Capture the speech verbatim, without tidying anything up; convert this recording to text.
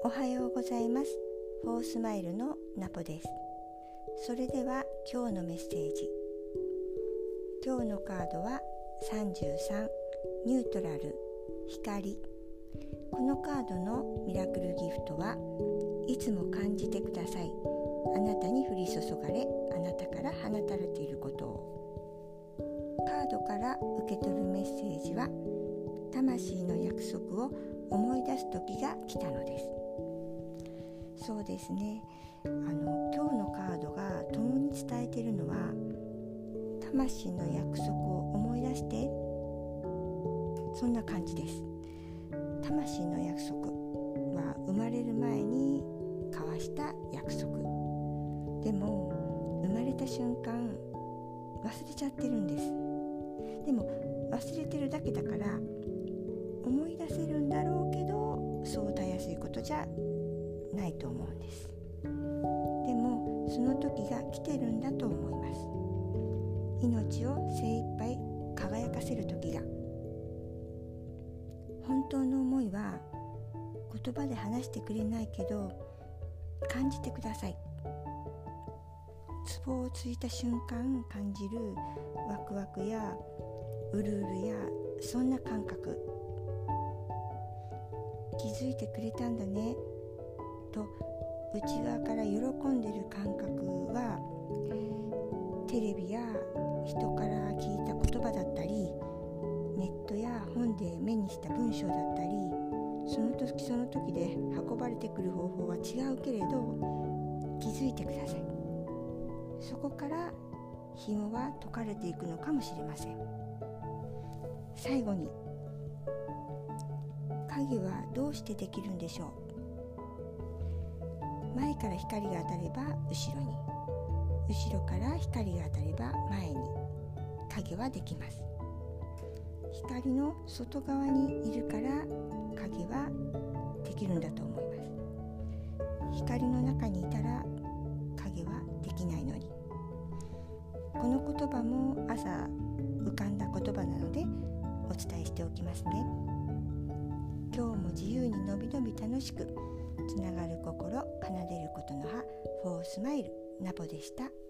おはようございます。フォースマイルのナポです。それでは今日のメッセージ。今日のカードはさんじゅうさん、ニュートラル、光。このカードのミラクルギフトは、いつも感じてください。あなたに降り注がれ、あなたから放たれていることを。カードから受け取るメッセージは、魂の約束を思い出す時が来たのです。そうですね、あの今日のカードが共に伝えているのは、魂の約束を思い出して、そんな感じです。魂の約束は生まれる前に交わした約束でも、生まれた瞬間忘れちゃってるんです。でも忘れてるだけだから思い出せるんだろうけど、そうたやすいことじゃないと思うんです。でもその時が来てるんだと思います。命を精一杯輝かせる時が。本当の思いは言葉で話してくれないけど、感じてください。壺をついた瞬間感じるワクワクやうるうるや、そんな感覚。気づいてくれたんだねと内側から喜んでる感覚は、テレビや人から聞いた言葉だったり、ネットや本で目にした文章だったり、その時その時で運ばれてくる方法は違うけれど、気づいてください。そこから紐は解かれていくのかもしれません。最後に、影はどうしてできるんでしょう。前から光が当たれば後ろに、後ろから光が当たれば前に、影はできます。光の外側にいるから影はできるんだと思います。光の中にいたら影はできないのに。この言葉も朝浮かんだ言葉なのでお伝えしておきますね。今日も自由にのびのび楽しくつながる心、奏でることの葉、フォースマイル、ナポでした。